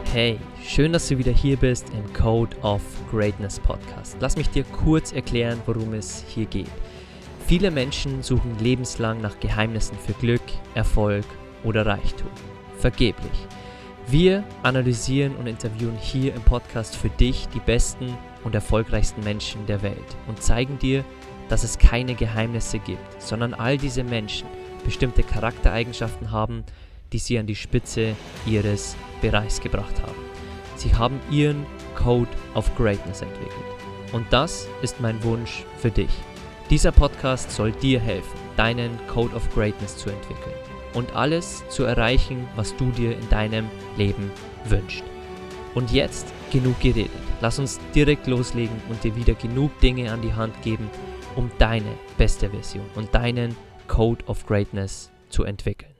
Hey, schön, dass du wieder hier bist im Code of Greatness Podcast. Lass mich dir kurz erklären, worum es hier geht. Viele Menschen suchen lebenslang nach Geheimnissen für Glück, Erfolg oder Reichtum. Vergeblich. Wir analysieren und interviewen hier im Podcast für dich die besten und erfolgreichsten Menschen der Welt und zeigen dir, dass es keine Geheimnisse gibt, sondern all diese Menschen bestimmte Charaktereigenschaften haben, die sie an die Spitze ihres Bereichs gebracht haben. Sie haben ihren Code of Greatness entwickelt. Und das ist mein Wunsch für dich. Dieser Podcast soll dir helfen, deinen Code of Greatness zu entwickeln und alles zu erreichen, was du dir in deinem Leben wünschst. Und jetzt genug geredet. Lass uns direkt loslegen und dir wieder genug Dinge an die Hand geben, um deine beste Version und deinen Code of Greatness zu entwickeln.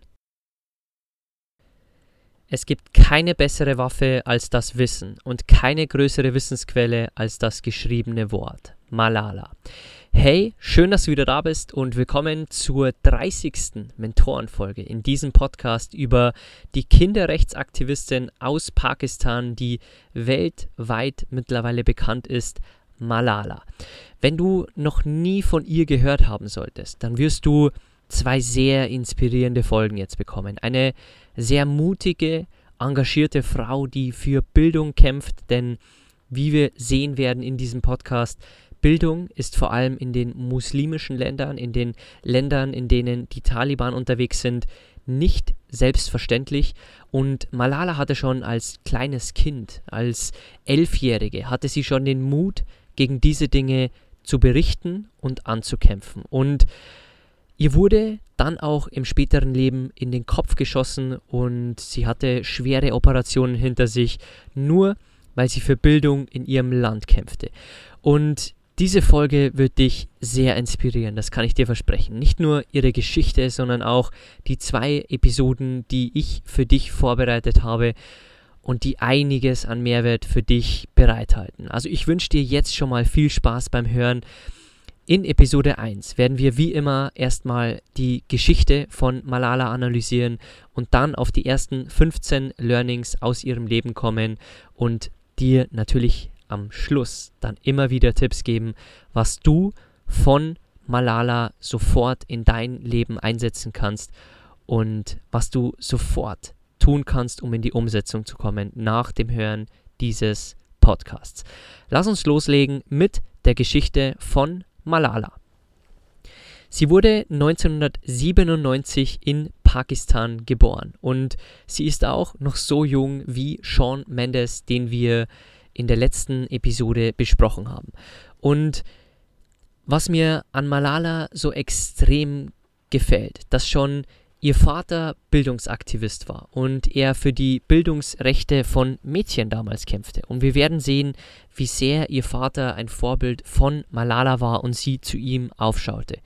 Es gibt keine bessere Waffe als das Wissen und keine größere Wissensquelle als das geschriebene Wort. Malala. Hey, schön, dass du wieder da bist und willkommen zur 30. Mentorenfolge in diesem Podcast über die Kinderrechtsaktivistin aus Pakistan, die weltweit mittlerweile bekannt ist, Malala. Wenn du noch nie von ihr gehört haben solltest, dann wirst du zwei sehr inspirierende Folgen jetzt bekommen. Eine sehr mutige, engagierte Frau, die für Bildung kämpft, denn wie wir sehen werden in diesem Podcast, Bildung ist vor allem in den muslimischen Ländern, in den Ländern, in denen die Taliban unterwegs sind, nicht selbstverständlich. Und Malala hatte schon als kleines Kind, als 11-Jährige, hatte sie schon den Mut, gegen diese Dinge zu berichten und anzukämpfen. Und ihr wurde dann auch im späteren Leben in den Kopf geschossen und sie hatte schwere Operationen hinter sich, nur weil sie für Bildung in ihrem Land kämpfte. Und diese Folge wird dich sehr inspirieren, das kann ich dir versprechen. Nicht nur ihre Geschichte, sondern auch die 2 Episoden, die ich für dich vorbereitet habe und die einiges an Mehrwert für dich bereithalten. Also ich wünsche dir jetzt schon mal viel Spaß beim Hören. In Episode 1 werden wir wie immer erstmal die Geschichte von Malala analysieren und dann auf die ersten 15 Learnings aus ihrem Leben kommen und dir natürlich am Schluss dann immer wieder Tipps geben, was du von Malala sofort in dein Leben einsetzen kannst und was du sofort tun kannst, um in die Umsetzung zu kommen nach dem Hören dieses Podcasts. Lass uns loslegen mit der Geschichte von Malala. Sie wurde 1997 in Pakistan geboren und sie ist auch noch so jung wie Shawn Mendes, den wir in der letzten Episode besprochen haben. Und was mir an Malala so extrem gefällt, dass schon ihr Vater Bildungsaktivist war und er für die Bildungsrechte von Mädchen damals kämpfte. Und wir werden sehen, wie sehr ihr Vater ein Vorbild von Malala war und sie zu ihm aufschaute.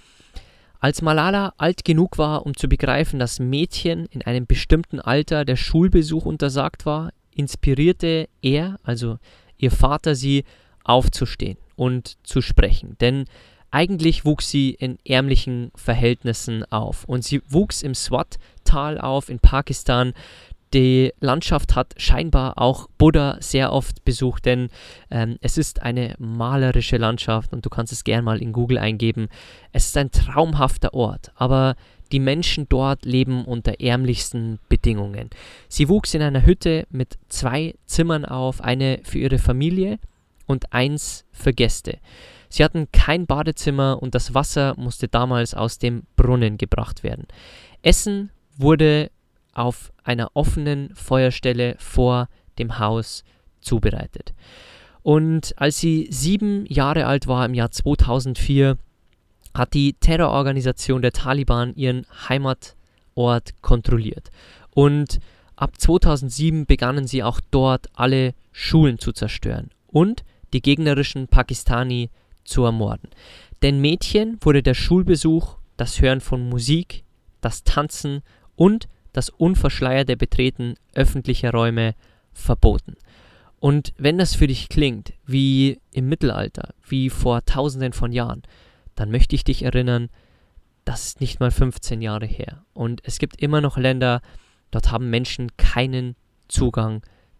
Als Malala alt genug war, um zu begreifen, dass Mädchen in einem bestimmten Alter der Schulbesuch untersagt war, inspirierte er, also ihr Vater, sie aufzustehen und zu sprechen. Denn eigentlich wuchs sie in ärmlichen Verhältnissen auf und sie wuchs im Swat-Tal auf in Pakistan. Die Landschaft hat scheinbar auch Buddha sehr oft besucht, denn es ist eine malerische Landschaft und du kannst es gerne mal in Google eingeben. Es ist ein traumhafter Ort, aber die Menschen dort leben unter ärmlichsten Bedingungen. Sie wuchs in einer Hütte mit 2 Zimmern auf, eine für ihre Familie und 1 für Gäste. Sie hatten kein Badezimmer und das Wasser musste damals aus dem Brunnen gebracht werden. Essen wurde auf einer offenen Feuerstelle vor dem Haus zubereitet. Und als sie 7 Jahre alt war, im Jahr 2004, hat die Terrororganisation der Taliban ihren Heimatort kontrolliert. Und ab 2007 begannen sie auch dort alle Schulen zu zerstören und die gegnerischen Pakistani zu ermorden. Den Mädchen wurde der Schulbesuch, das Hören von Musik, das Tanzen und das unverschleierte Betreten öffentlicher Räume verboten. Und wenn das für dich klingt wie im Mittelalter, wie vor Tausenden von Jahren, dann möchte ich dich erinnern, das ist nicht mal 15 Jahre her. Und es gibt immer noch Länder, dort haben Menschen keinen Zugang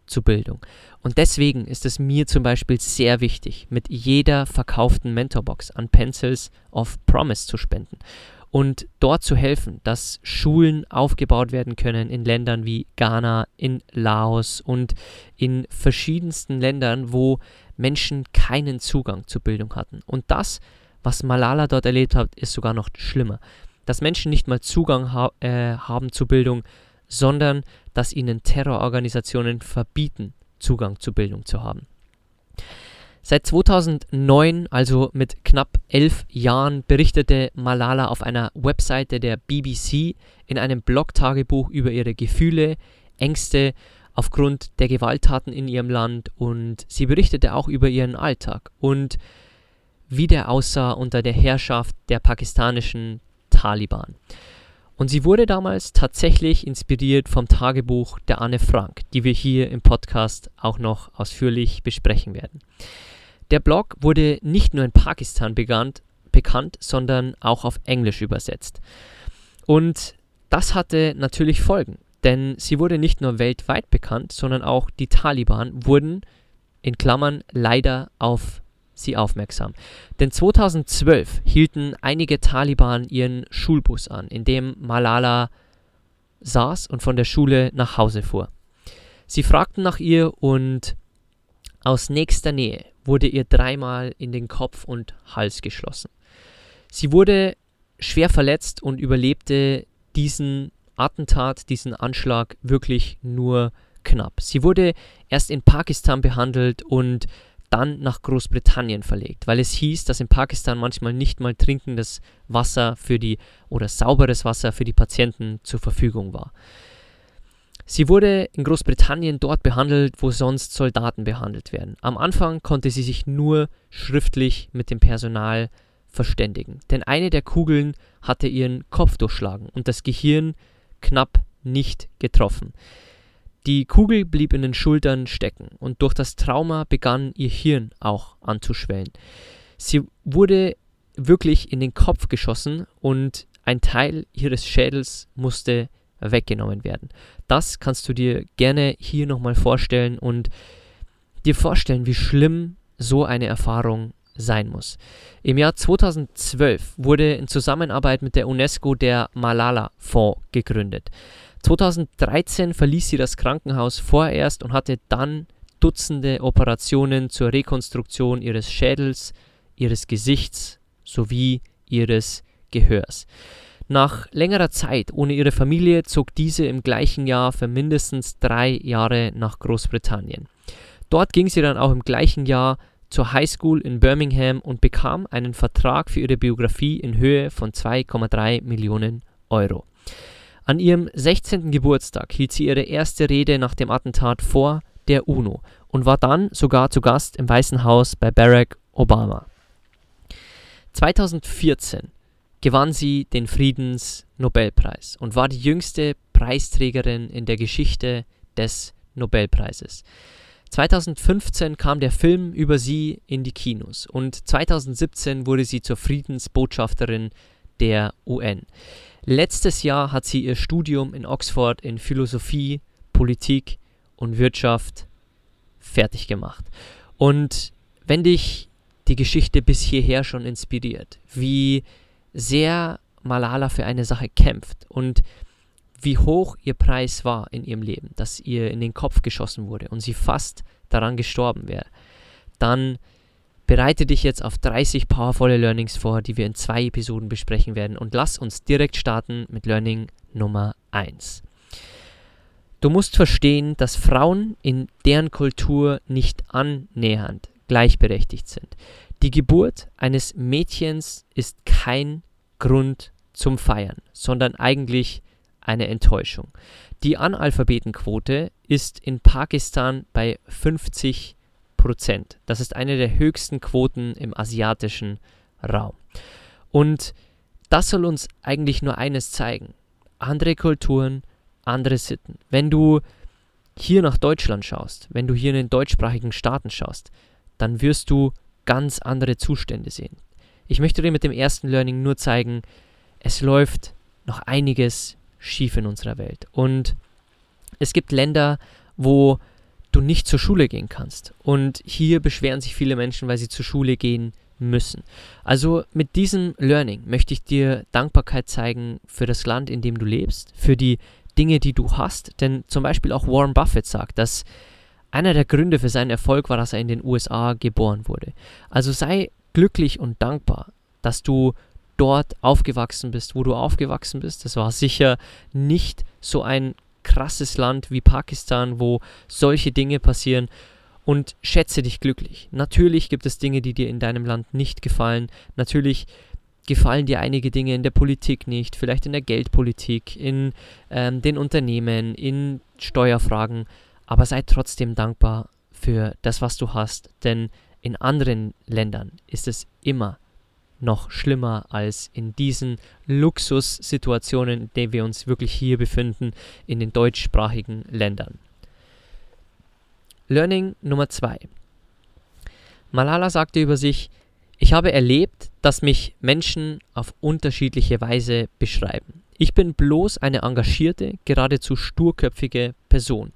zu Bildung. Und deswegen ist es mir zum Beispiel sehr wichtig, mit jeder verkauften Mentorbox an Pencils of Promise zu spenden und dort zu helfen, dass Schulen aufgebaut werden können in Ländern wie Ghana, in Laos und in verschiedensten Ländern, wo Menschen keinen Zugang zur Bildung hatten. Und das, was Malala dort erlebt hat, ist sogar noch schlimmer. Dass Menschen nicht mal Zugang haben zur Bildung, sondern dass ihnen Terrororganisationen verbieten, Zugang zur Bildung zu haben. Seit 2009, also mit knapp 11 Jahren, berichtete Malala auf einer Webseite der BBC in einem Blog-Tagebuch über ihre Gefühle, Ängste aufgrund der Gewalttaten in ihrem Land, und sie berichtete auch über ihren Alltag und wie der aussah unter der Herrschaft der pakistanischen Taliban. Und sie wurde damals tatsächlich inspiriert vom Tagebuch der Anne Frank, die wir hier im Podcast auch noch ausführlich besprechen werden. Der Blog wurde nicht nur in Pakistan bekannt, sondern auch auf Englisch übersetzt. Und das hatte natürlich Folgen, denn sie wurde nicht nur weltweit bekannt, sondern auch die Taliban wurden, in Klammern, leider auf sie aufmerksam. Denn 2012 hielten einige Taliban ihren Schulbus an, in dem Malala saß und von der Schule nach Hause fuhr. Sie fragten nach ihr und aus nächster Nähe wurde ihr 3-mal in den Kopf und Hals geschossen. Sie wurde schwer verletzt und überlebte diesen Attentat, diesen Anschlag wirklich nur knapp. Sie wurde erst in Pakistan behandelt und dann nach Großbritannien verlegt, weil es hieß, dass in Pakistan manchmal nicht mal trinkendes Wasser oder sauberes Wasser für die Patienten zur Verfügung war. Sie wurde in Großbritannien dort behandelt, wo sonst Soldaten behandelt werden. Am Anfang konnte sie sich nur schriftlich mit dem Personal verständigen, denn eine der Kugeln hatte ihren Kopf durchschlagen und das Gehirn knapp nicht getroffen. Die Kugel blieb in den Schultern stecken und durch das Trauma begann ihr Hirn auch anzuschwellen. Sie wurde wirklich in den Kopf geschossen und ein Teil ihres Schädels musste weggenommen werden. Das kannst du dir gerne hier nochmal vorstellen und dir vorstellen, wie schlimm so eine Erfahrung sein muss. Im Jahr 2012 wurde in Zusammenarbeit mit der UNESCO der Malala-Fonds gegründet. 2013 verließ sie das Krankenhaus vorerst und hatte dann Dutzende Operationen zur Rekonstruktion ihres Schädels, ihres Gesichts sowie ihres Gehörs. Nach längerer Zeit ohne ihre Familie zog diese im gleichen Jahr für mindestens 3 Jahre nach Großbritannien. Dort ging sie dann auch im gleichen Jahr zur Highschool in Birmingham und bekam einen Vertrag für ihre Biografie in Höhe von 2,3 Millionen Euro. An ihrem 16. Geburtstag hielt sie ihre erste Rede nach dem Attentat vor der UNO und war dann sogar zu Gast im Weißen Haus bei Barack Obama. 2014 gewann sie den Friedensnobelpreis und war die jüngste Preisträgerin in der Geschichte des Nobelpreises. 2015 kam der Film über sie in die Kinos und 2017 wurde sie zur Friedensbotschafterin der UN. Letztes Jahr hat sie ihr Studium in Oxford in Philosophie, Politik und Wirtschaft fertig gemacht. Und wenn dich die Geschichte bis hierher schon inspiriert, wie sehr Malala für eine Sache kämpft und wie hoch ihr Preis war in ihrem Leben, dass ihr in den Kopf geschossen wurde und sie fast daran gestorben wäre, dann bereite dich jetzt auf 30 powervolle Learnings vor, die wir in 2 Episoden besprechen werden, und lass uns direkt starten mit Learning Nummer 1. Du musst verstehen, dass Frauen in deren Kultur nicht annähernd gleichberechtigt sind. Die Geburt eines Mädchens ist kein Grund zum Feiern, sondern eigentlich eine Enttäuschung. Die Analphabetenquote ist in Pakistan bei 50%. Das ist eine der höchsten Quoten im asiatischen Raum. Und das soll uns eigentlich nur eines zeigen: andere Kulturen, andere Sitten. Wenn du hier nach Deutschland schaust, wenn du hier in den deutschsprachigen Staaten schaust, dann wirst du ganz andere Zustände sehen. Ich möchte dir mit dem ersten Learning nur zeigen, es läuft noch einiges schief in unserer Welt. Und es gibt Länder, wo du nicht zur Schule gehen kannst. Und hier beschweren sich viele Menschen, weil sie zur Schule gehen müssen. Also mit diesem Learning möchte ich dir Dankbarkeit zeigen für das Land, in dem du lebst, für die Dinge, die du hast. Denn zum Beispiel auch Warren Buffett sagt, dass einer der Gründe für seinen Erfolg war, dass er in den USA geboren wurde. Also sei glücklich und dankbar, dass du dort aufgewachsen bist, wo du aufgewachsen bist. Das war sicher nicht so ein krasses Land wie Pakistan, wo solche Dinge passieren, und schätze dich glücklich. Natürlich gibt es Dinge, die dir in deinem Land nicht gefallen. Natürlich gefallen dir einige Dinge in der Politik nicht, vielleicht in der Geldpolitik, in den Unternehmen, in Steuerfragen, aber sei trotzdem dankbar für das, was du hast, denn in anderen Ländern ist es immer noch schlimmer als in diesen Luxussituationen, in denen wir uns wirklich hier befinden, in den deutschsprachigen Ländern. Learning Nummer 2. Malala sagte über sich: Ich habe erlebt, dass mich Menschen auf unterschiedliche Weise beschreiben. Ich bin bloß eine engagierte, geradezu sturköpfige Person,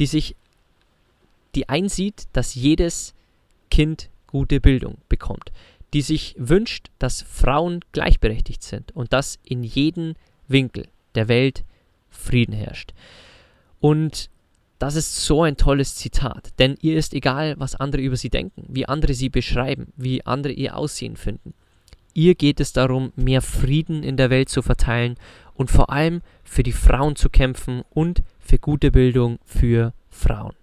die einsieht, dass jedes Kind gute Bildung bekommt, die sich wünscht, dass Frauen gleichberechtigt sind und dass in jedem Winkel der Welt Frieden herrscht. Und das ist so ein tolles Zitat, denn ihr ist egal, was andere über sie denken, wie andere sie beschreiben, wie andere ihr Aussehen finden. Ihr geht es darum, mehr Frieden in der Welt zu verteilen und vor allem für die Frauen zu kämpfen und für gute Bildung für Frauen.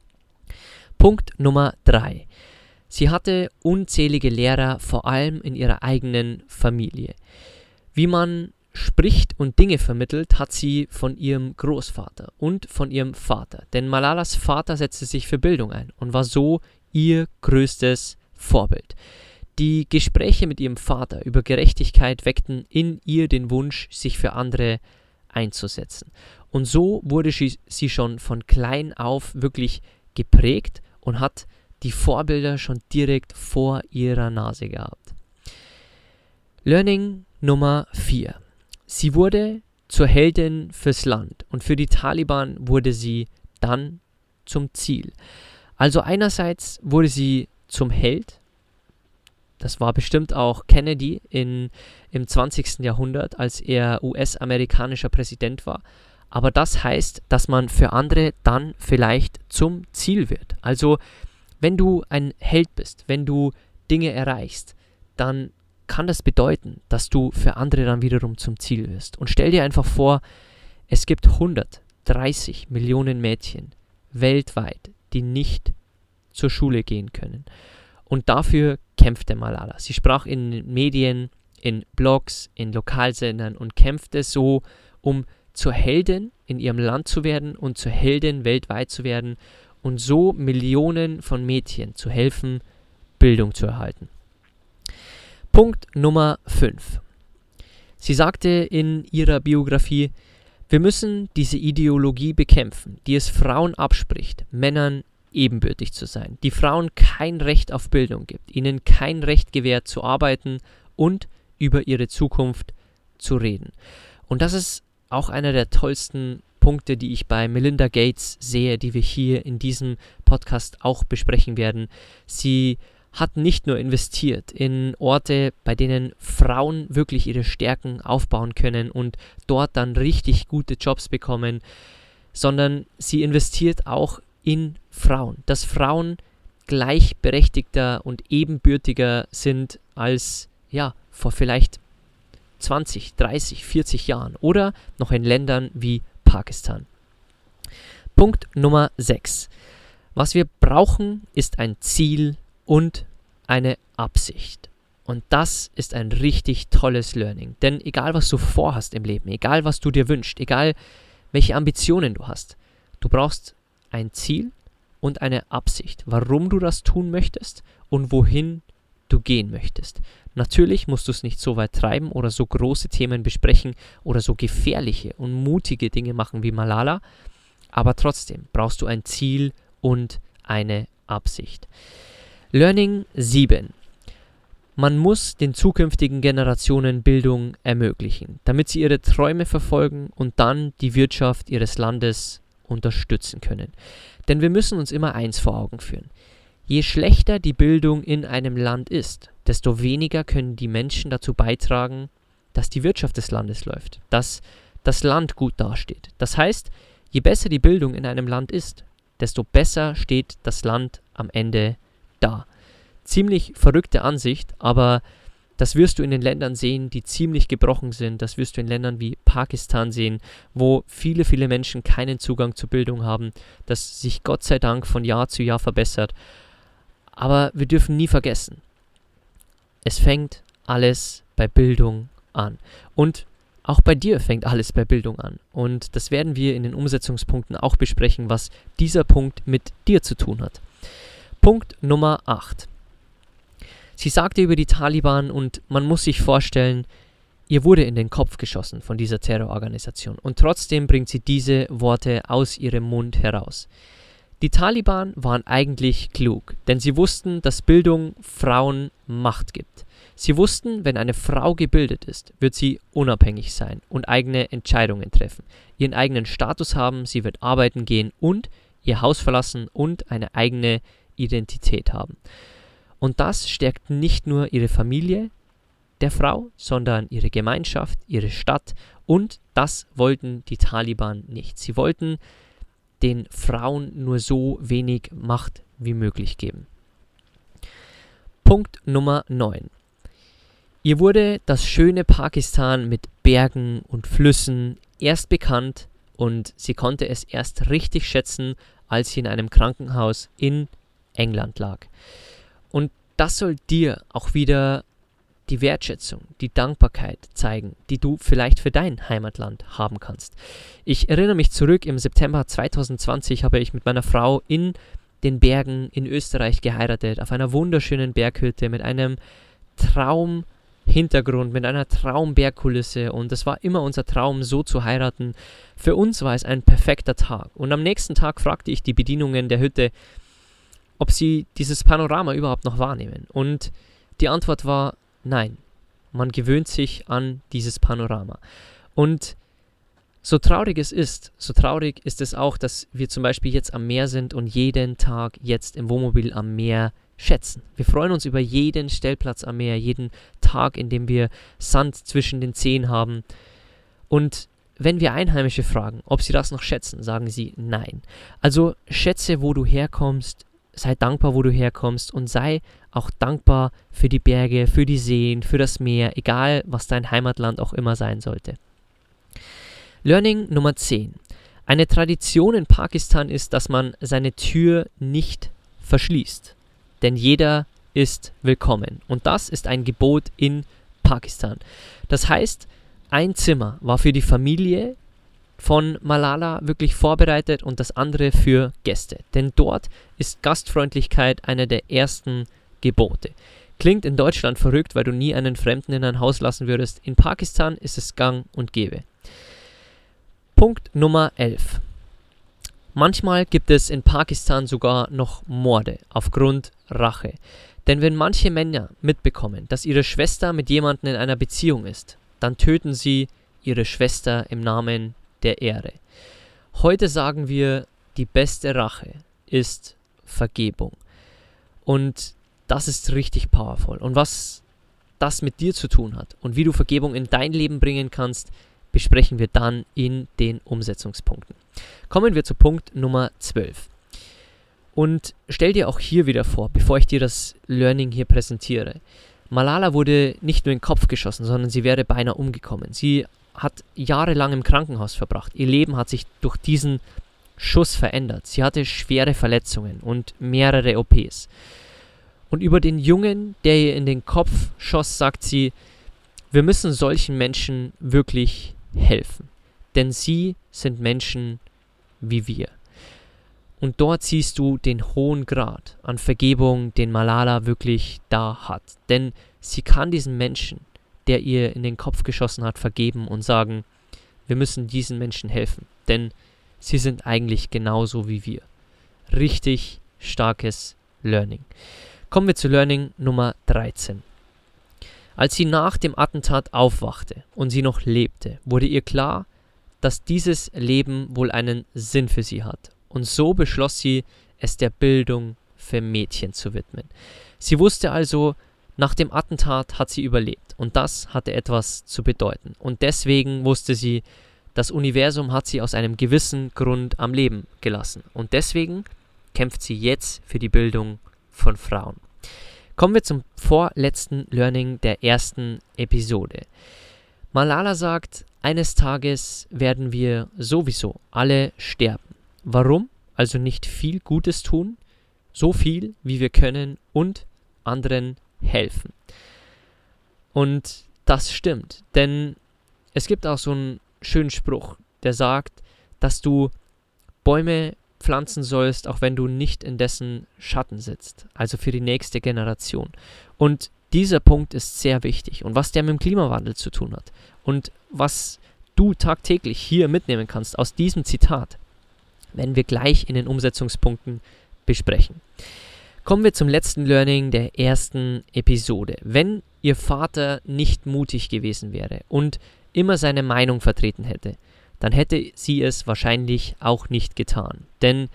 Punkt Nummer 3. Sie hatte unzählige Lehrer, vor allem in ihrer eigenen Familie. Wie man spricht und Dinge vermittelt, hat sie von ihrem Großvater und von ihrem Vater. Denn Malalas Vater setzte sich für Bildung ein und war so ihr größtes Vorbild. Die Gespräche mit ihrem Vater über Gerechtigkeit weckten in ihr den Wunsch, sich für andere einzusetzen. Und so wurde sie schon von klein auf wirklich geprägt und hat die Vorbilder schon direkt vor ihrer Nase gehabt. Learning Nummer 4. Sie wurde zur Heldin fürs Land und für die Taliban wurde sie dann zum Ziel. Also einerseits wurde sie zum Held. Das war bestimmt auch Kennedy im 20. Jahrhundert, als er US-amerikanischer Präsident war. Aber das heißt, dass man für andere dann vielleicht zum Ziel wird. Also wenn du ein Held bist, wenn du Dinge erreichst, dann kann das bedeuten, dass du für andere dann wiederum zum Ziel wirst. Und stell dir einfach vor, es gibt 130 Millionen Mädchen weltweit, die nicht zur Schule gehen können. Und dafür kämpfte Malala. Sie sprach in Medien, in Blogs, in Lokalsendern und kämpfte so, um zur Heldin in ihrem Land zu werden und zur Heldin weltweit zu werden und so Millionen von Mädchen zu helfen, Bildung zu erhalten. Punkt Nummer 5. Sie sagte in ihrer Biografie: Wir müssen diese Ideologie bekämpfen, die es Frauen abspricht, Männern ebenbürtig zu sein, die Frauen kein Recht auf Bildung gibt, ihnen kein Recht gewährt zu arbeiten und über ihre Zukunft zu reden. Und das ist auch einer der tollsten Punkte, die ich bei Melinda Gates sehe, die wir hier in diesem Podcast auch besprechen werden. Sie hat nicht nur investiert in Orte, bei denen Frauen wirklich ihre Stärken aufbauen können und dort dann richtig gute Jobs bekommen, sondern sie investiert auch in Frauen, dass Frauen gleichberechtigter und ebenbürtiger sind als vor vielleicht 20, 30, 40 Jahren oder noch in Ländern wie Pakistan. Punkt Nummer 6. Was wir brauchen, ist ein Ziel und eine Absicht. Und das ist ein richtig tolles Learning. Denn egal, was du vorhast im Leben, egal, was du dir wünschst, egal, welche Ambitionen du hast, du brauchst ein Ziel und eine Absicht, warum du das tun möchtest und wohin du gehen möchtest. Natürlich musst du es nicht so weit treiben oder so große Themen besprechen oder so gefährliche und mutige Dinge machen wie Malala, aber trotzdem brauchst du ein Ziel und eine Absicht. Learning 7. Man muss den zukünftigen Generationen Bildung ermöglichen, damit sie ihre Träume verfolgen und dann die Wirtschaft ihres Landes unterstützen können. Denn wir müssen uns immer eins vor Augen führen. Je schlechter die Bildung in einem Land ist, desto weniger können die Menschen dazu beitragen, dass die Wirtschaft des Landes läuft, dass das Land gut dasteht. Das heißt, je besser die Bildung in einem Land ist, desto besser steht das Land am Ende da. Ziemlich verrückte Ansicht, aber das wirst du in den Ländern sehen, die ziemlich gebrochen sind. Das wirst du in Ländern wie Pakistan sehen, wo viele, viele Menschen keinen Zugang zur Bildung haben, das sich Gott sei Dank von Jahr zu Jahr verbessert. Aber wir dürfen nie vergessen, es fängt alles bei Bildung an. Und auch bei dir fängt alles bei Bildung an. Und das werden wir in den Umsetzungspunkten auch besprechen, was dieser Punkt mit dir zu tun hat. Punkt Nummer 8. Sie sagte über die Taliban und man muss sich vorstellen, ihr wurde in den Kopf geschossen von dieser Terrororganisation und trotzdem bringt sie diese Worte aus ihrem Mund heraus. Die Taliban waren eigentlich klug, denn sie wussten, dass Bildung Frauen Macht gibt. Sie wussten, wenn eine Frau gebildet ist, wird sie unabhängig sein und eigene Entscheidungen treffen, ihren eigenen Status haben, sie wird arbeiten gehen und ihr Haus verlassen und eine eigene Identität haben. Und das stärkt nicht nur ihre Familie der Frau, sondern ihre Gemeinschaft, ihre Stadt und das wollten die Taliban nicht. Sie wollten den Frauen nur so wenig Macht wie möglich geben. Punkt Nummer 9. Ihr wurde das schöne Pakistan mit Bergen und Flüssen erst bekannt und sie konnte es erst richtig schätzen, als sie in einem Krankenhaus in England lag. Und das soll dir auch wieder die Wertschätzung, die Dankbarkeit zeigen, die du vielleicht für dein Heimatland haben kannst. Ich erinnere mich zurück, im September 2020 habe ich mit meiner Frau in den Bergen in Österreich geheiratet, auf einer wunderschönen Berghütte mit einem Traumhintergrund, mit einer Traumbergkulisse und es war immer unser Traum, so zu heiraten. Für uns war es ein perfekter Tag und am nächsten Tag fragte ich die Bedienungen der Hütte, ob sie dieses Panorama überhaupt noch wahrnehmen. Und die Antwort war nein. Man gewöhnt sich an dieses Panorama. Und so traurig es ist, so traurig ist es auch, dass wir zum Beispiel jetzt am Meer sind und jeden Tag jetzt im Wohnmobil am Meer schätzen. Wir freuen uns über jeden Stellplatz am Meer, jeden Tag, in dem wir Sand zwischen den Zehen haben. Und wenn wir Einheimische fragen, ob sie das noch schätzen, sagen sie nein. Also schätze, wo du herkommst, sei dankbar, wo du herkommst und sei auch dankbar für die Berge, für die Seen, für das Meer, egal was dein Heimatland auch immer sein sollte. Learning Nummer 10. Eine Tradition in Pakistan ist, dass man seine Tür nicht verschließt, denn jeder ist willkommen und das ist ein Gebot in Pakistan. Das heißt, ein Zimmer war für die Familie von Malala wirklich vorbereitet und das andere für Gäste. Denn dort ist Gastfreundlichkeit einer der ersten Gebote. Klingt in Deutschland verrückt, weil du nie einen Fremden in ein Haus lassen würdest. In Pakistan ist es gang und gäbe. Punkt Nummer 11. Manchmal gibt es in Pakistan sogar noch Morde aufgrund Rache. Denn wenn manche Männer mitbekommen, dass ihre Schwester mit jemandem in einer Beziehung ist, dann töten sie ihre Schwester im Namen der Ehre. Heute sagen wir, die beste Rache ist Vergebung. Und das ist richtig powerful. Und was das mit dir zu tun hat und wie du Vergebung in dein Leben bringen kannst, besprechen wir dann in den Umsetzungspunkten. Kommen wir zu Punkt Nummer 12. Und stell dir auch hier wieder vor, bevor ich dir das Learning hier präsentiere, Malala wurde nicht nur in den Kopf geschossen, sondern sie wäre beinahe umgekommen. Sie hat jahrelang im Krankenhaus verbracht. Ihr Leben hat sich durch diesen Schuss verändert. Sie hatte schwere Verletzungen und mehrere OPs. Und über den Jungen, der ihr in den Kopf schoss, sagt sie, wir müssen solchen Menschen wirklich helfen. Denn sie sind Menschen wie wir. Und dort siehst du den hohen Grad an Vergebung, den Malala wirklich da hat. Denn sie kann diesen Menschen, der ihr in den Kopf geschossen hat, vergeben und sagen, wir müssen diesen Menschen helfen, denn sie sind eigentlich genauso wie wir. Richtig starkes Learning. Kommen wir zu Learning Nummer 13. Als sie nach dem Attentat aufwachte und sie noch lebte, wurde ihr klar, dass dieses Leben wohl einen Sinn für sie hat. Und so beschloss sie, es der Bildung für Mädchen zu widmen. Sie wusste also, nach dem Attentat hat sie überlebt und das hatte etwas zu bedeuten. Und deswegen wusste sie, das Universum hat sie aus einem gewissen Grund am Leben gelassen. Und deswegen kämpft sie jetzt für die Bildung von Frauen. Kommen wir zum vorletzten Learning der ersten Episode. Malala sagt, eines Tages werden wir sowieso alle sterben. Warum? Also nicht viel Gutes tun, so viel wie wir können und anderen helfen. Und das stimmt, denn es gibt auch so einen schönen Spruch, der sagt, dass du Bäume pflanzen sollst, auch wenn du nicht in dessen Schatten sitzt, also für die nächste Generation. Und dieser Punkt ist sehr wichtig und was der mit dem Klimawandel zu tun hat und was du tagtäglich hier mitnehmen kannst aus diesem Zitat, werden wir gleich in den Umsetzungspunkten besprechen. Kommen wir zum letzten Learning der ersten Episode. Wenn ihr Vater nicht mutig gewesen wäre und immer seine Meinung vertreten hätte, dann hätte sie es wahrscheinlich auch nicht getan. Denn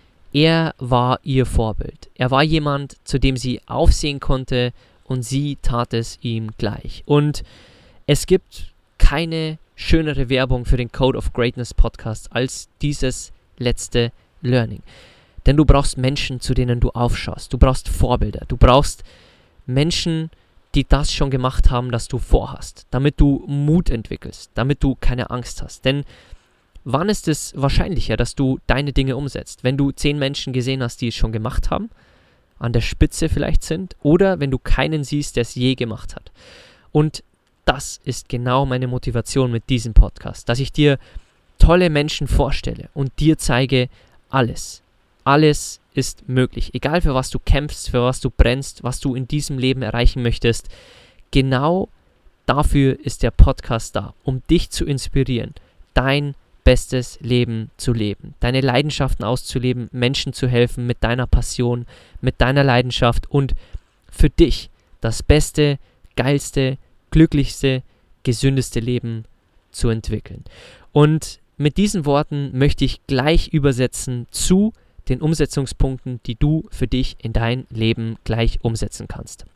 er war ihr Vorbild. Er war jemand, zu dem sie aufsehen konnte und sie tat es ihm gleich. Und es gibt keine schönere Werbung für den Code of Greatness Podcast als dieses letzte Learning. Denn du brauchst Menschen, zu denen du aufschaust. Du brauchst Vorbilder. Du brauchst Menschen, die das schon gemacht haben, das du vorhast. Damit du Mut entwickelst. Damit du keine Angst hast. Denn wann ist es wahrscheinlicher, dass du deine Dinge umsetzt? Wenn du 10 Menschen gesehen hast, die es schon gemacht haben, an der Spitze vielleicht sind, oder wenn du keinen siehst, der es je gemacht hat. Und das ist genau meine Motivation mit diesem Podcast. Dass ich dir tolle Menschen vorstelle und dir zeige, alles ist möglich. Egal für was du kämpfst, für was du brennst, was du in diesem Leben erreichen möchtest. Genau dafür ist der Podcast da, um dich zu inspirieren, dein bestes Leben zu leben, deine Leidenschaften auszuleben, Menschen zu helfen mit deiner Passion, mit deiner Leidenschaft und für dich das beste, geilste, glücklichste, gesündeste Leben zu entwickeln. Und mit diesen Worten möchte ich gleich übersetzen zu den Umsetzungspunkten, die du für dich in dein Leben gleich umsetzen kannst.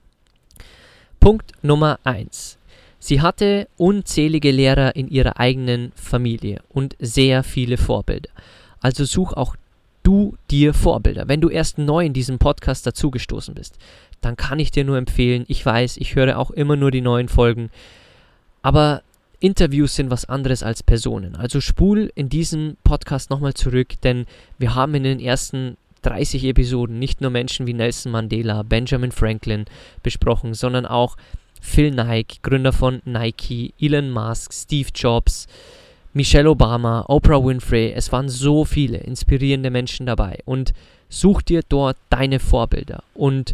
Punkt Nummer 1. Sie hatte unzählige Lehrer in ihrer eigenen Familie und sehr viele Vorbilder. Also such auch du dir Vorbilder. Wenn du erst neu in diesem Podcast dazugestoßen bist, dann kann ich dir nur empfehlen, ich weiß, ich höre auch immer nur die neuen Folgen, aber Interviews sind was anderes als Personen. Also spul in diesem Podcast nochmal zurück, denn wir haben in den ersten 30 Episoden nicht nur Menschen wie Nelson Mandela, Benjamin Franklin besprochen, sondern auch Phil Knight, Gründer von Nike, Elon Musk, Steve Jobs, Michelle Obama, Oprah Winfrey. Es waren so viele inspirierende Menschen dabei. Und such dir dort deine Vorbilder und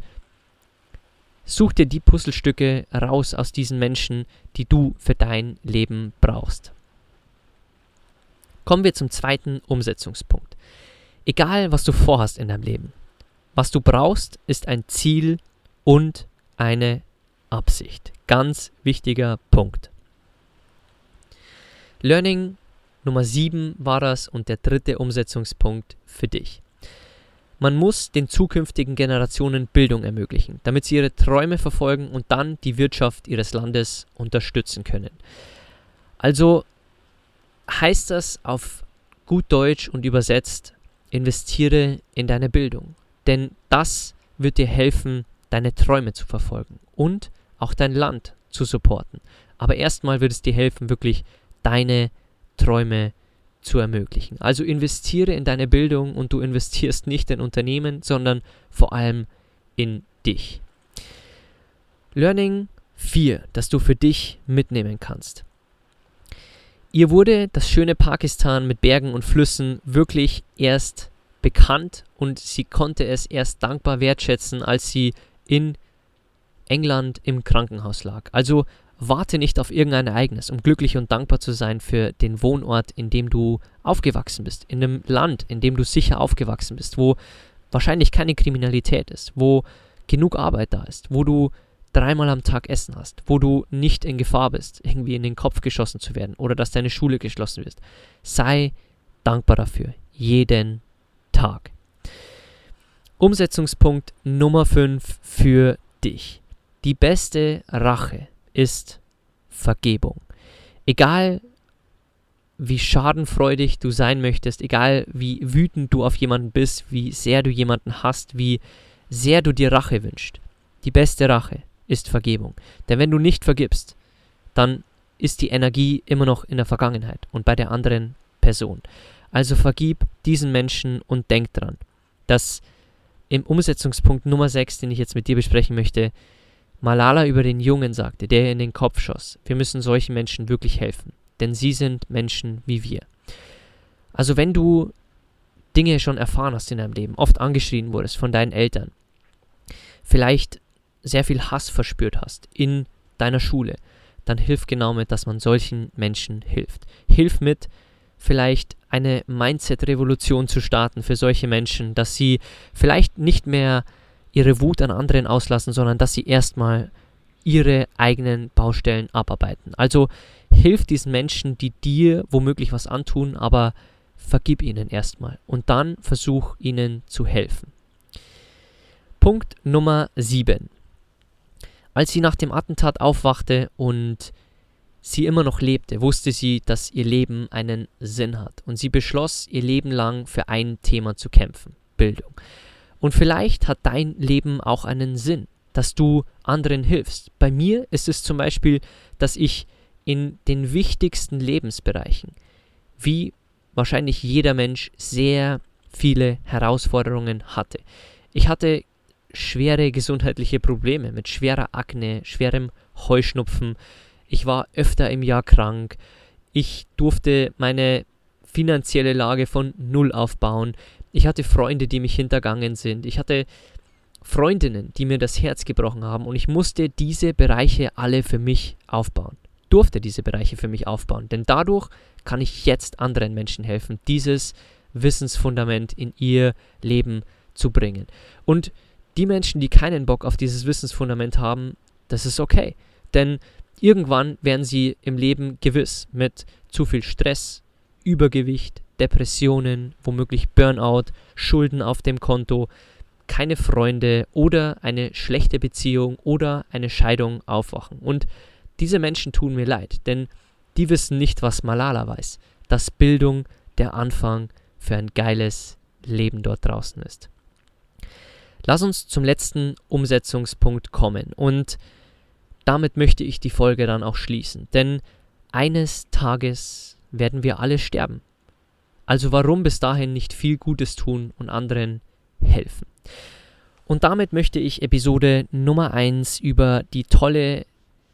such dir die Puzzlestücke raus aus diesen Menschen, die du für dein Leben brauchst. Kommen wir zum zweiten Umsetzungspunkt. Egal, was du vorhast in deinem Leben, was du brauchst, ist ein Ziel und eine Absicht. Ganz wichtiger Punkt. Learning Nummer 7 war das und der dritte Umsetzungspunkt für dich. Man muss den zukünftigen Generationen Bildung ermöglichen, damit sie ihre Träume verfolgen und dann die Wirtschaft ihres Landes unterstützen können. Also heißt das auf gut Deutsch und übersetzt, investiere in deine Bildung. Denn das wird dir helfen, deine Träume zu verfolgen und auch dein Land zu supporten. Aber erstmal wird es dir helfen, wirklich deine Träume zu ermöglichen. Also investiere in deine Bildung und du investierst nicht in Unternehmen, sondern vor allem in dich. Learning 4, das du für dich mitnehmen kannst. Ihr wurde das schöne Pakistan mit Bergen und Flüssen wirklich erst bekannt und sie konnte es erst dankbar wertschätzen, als sie in England im Krankenhaus lag. Also warte nicht auf irgendein Ereignis, um glücklich und dankbar zu sein für den Wohnort, in dem du aufgewachsen bist, in einem Land, in dem du sicher aufgewachsen bist, wo wahrscheinlich keine Kriminalität ist, wo genug Arbeit da ist, wo du 3-mal am Tag Essen hast, wo du nicht in Gefahr bist, irgendwie in den Kopf geschossen zu werden oder dass deine Schule geschlossen wird. Sei dankbar dafür. Jeden Tag. Umsetzungspunkt Nummer 5 für dich. Die beste Rache ist Vergebung. Egal wie schadenfreudig du sein möchtest, egal wie wütend du auf jemanden bist, wie sehr du jemanden hasst, wie sehr du dir Rache wünschst. Die beste Rache ist Vergebung. Denn wenn du nicht vergibst, dann ist die Energie immer noch in der Vergangenheit und bei der anderen Person. Also vergib diesen Menschen und denk dran, dass im Umsetzungspunkt Nummer 6, den ich jetzt mit dir besprechen möchte, Malala über den Jungen sagte, der in den Kopf schoss. Wir müssen solchen Menschen wirklich helfen, denn sie sind Menschen wie wir. Also wenn du Dinge schon erfahren hast in deinem Leben, oft angeschrien wurdest von deinen Eltern, vielleicht sehr viel Hass verspürt hast in deiner Schule, dann hilf genau mit, dass man solchen Menschen hilft. Hilf mit, vielleicht eine Mindset-Revolution zu starten für solche Menschen, dass sie vielleicht nicht mehr ihre Wut an anderen auslassen, sondern dass sie erstmal ihre eigenen Baustellen abarbeiten. Also hilf diesen Menschen, die dir womöglich was antun, aber vergib ihnen erstmal und dann versuch ihnen zu helfen. Punkt Nummer 7. Als sie nach dem Attentat aufwachte und sie immer noch lebte, wusste sie, dass ihr Leben einen Sinn hat. Und sie beschloss, ihr Leben lang für ein Thema zu kämpfen: Bildung. Und vielleicht hat dein Leben auch einen Sinn, dass du anderen hilfst. Bei mir ist es zum Beispiel, dass ich in den wichtigsten Lebensbereichen, wie wahrscheinlich jeder Mensch, sehr viele Herausforderungen hatte. Ich hatte schwere gesundheitliche Probleme mit schwerer Akne, schwerem Heuschnupfen. Ich war öfter im Jahr krank. Ich durfte meine finanzielle Lage von null aufbauen. Ich hatte Freunde, die mich hintergangen sind. Ich hatte Freundinnen, die mir das Herz gebrochen haben. Und ich musste diese Bereiche alle für mich aufbauen. Durfte diese Bereiche für mich aufbauen. Denn dadurch kann ich jetzt anderen Menschen helfen, dieses Wissensfundament in ihr Leben zu bringen. Und die Menschen, die keinen Bock auf dieses Wissensfundament haben, das ist okay. Denn irgendwann werden sie im Leben gewiss mit zu viel Stress, Übergewicht, Depressionen, womöglich Burnout, Schulden auf dem Konto, keine Freunde oder eine schlechte Beziehung oder eine Scheidung aufwachen. Und diese Menschen tun mir leid, denn die wissen nicht, was Malala weiß, dass Bildung der Anfang für ein geiles Leben dort draußen ist. Lass uns zum letzten Umsetzungspunkt kommen und damit möchte ich die Folge dann auch schließen, denn eines Tages werden wir alle sterben. Also warum bis dahin nicht viel Gutes tun und anderen helfen? Und damit möchte ich Episode Nummer 1 über die tolle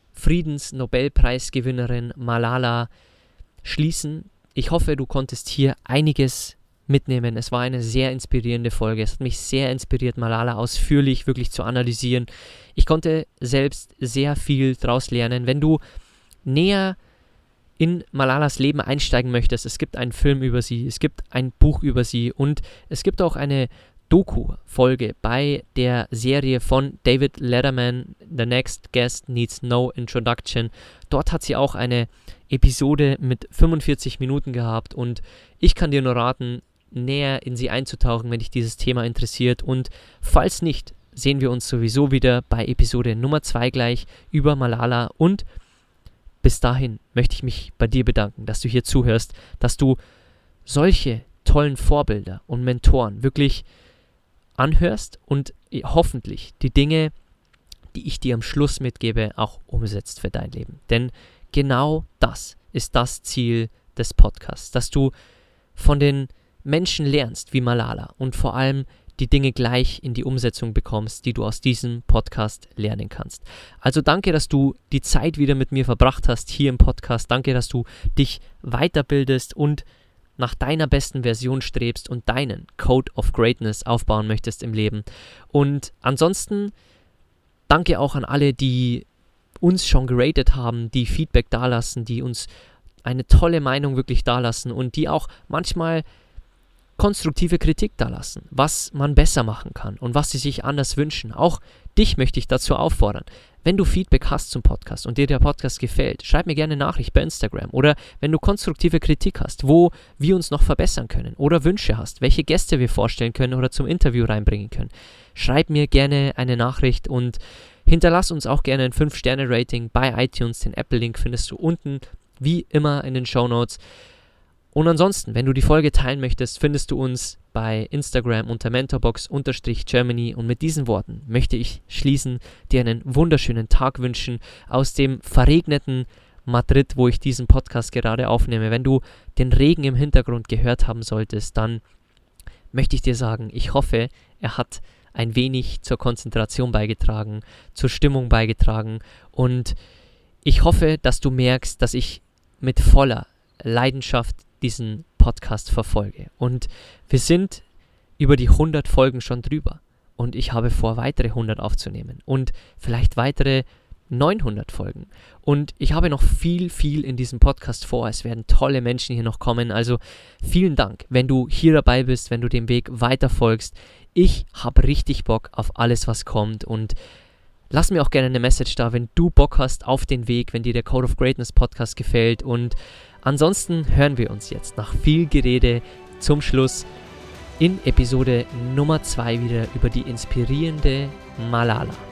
Friedensnobelpreisgewinnerin Malala schließen. Ich hoffe, du konntest hier einiges mitnehmen. Es war eine sehr inspirierende Folge. Es hat mich sehr inspiriert, Malala ausführlich wirklich zu analysieren. Ich konnte selbst sehr viel daraus lernen. Wenn du näher in Malalas Leben einsteigen möchtest, es gibt einen Film über sie, es gibt ein Buch über sie und es gibt auch eine Doku-Folge bei der Serie von David Letterman, The Next Guest Needs No Introduction. Dort hat sie auch eine Episode mit 45 Minuten gehabt und ich kann dir nur raten, näher in sie einzutauchen, wenn dich dieses Thema interessiert. Und falls nicht, sehen wir uns sowieso wieder bei Episode Nummer 2 gleich über Malala. Und bis dahin möchte ich mich bei dir bedanken, dass du hier zuhörst, dass du solche tollen Vorbilder und Mentoren wirklich anhörst und hoffentlich die Dinge, die ich dir am Schluss mitgebe, auch umsetzt für dein Leben. Denn genau das ist das Ziel des Podcasts, dass du von den Menschen lernst wie Malala und vor allem die Dinge gleich in die Umsetzung bekommst, die du aus diesem Podcast lernen kannst. Also danke, dass du die Zeit wieder mit mir verbracht hast hier im Podcast. Danke, dass du dich weiterbildest und nach deiner besten Version strebst und deinen Code of Greatness aufbauen möchtest im Leben. Und ansonsten danke auch an alle, die uns schon geratet haben, die Feedback dalassen, die uns eine tolle Meinung wirklich dalassen und die auch manchmal konstruktive Kritik dalassen, was man besser machen kann und was sie sich anders wünschen. Auch dich möchte ich dazu auffordern. wenn du Feedback hast zum Podcast und dir der Podcast gefällt, schreib mir gerne eine Nachricht bei Instagram. Oder wenn du konstruktive Kritik hast, wo wir uns noch verbessern können oder Wünsche hast, welche Gäste wir vorstellen können oder zum Interview reinbringen können, schreib mir gerne eine Nachricht und hinterlass uns auch gerne ein 5-Sterne-Rating bei iTunes. Den Apple-Link findest du unten, wie immer in den Shownotes. Und ansonsten, wenn du die Folge teilen möchtest, findest du uns bei Instagram unter mentorbox_Germany. Und mit diesen Worten möchte ich schließen, dir einen wunderschönen Tag wünschen aus dem verregneten Madrid, wo ich diesen Podcast gerade aufnehme. Wenn du den Regen im Hintergrund gehört haben solltest, dann möchte ich dir sagen, ich hoffe, er hat ein wenig zur Konzentration beigetragen, zur Stimmung beigetragen. Und ich hoffe, dass du merkst, dass ich mit voller Leidenschaft diesen Podcast verfolge. Und wir sind über die 100 Folgen schon drüber. Und ich habe vor, weitere 100 aufzunehmen. Und vielleicht weitere 900 Folgen. Und ich habe noch viel in diesem Podcast vor. Es werden tolle Menschen hier noch kommen. Also vielen Dank, wenn du hier dabei bist, wenn du dem Weg weiterfolgst. Ich habe richtig Bock auf alles, was kommt. Und lass mir auch gerne eine Message da, wenn du Bock hast auf den Weg, wenn dir der Code of Greatness Podcast gefällt. Und ansonsten hören wir uns jetzt nach viel Gerede zum Schluss in Episode Nummer 2 wieder über die inspirierende Malala.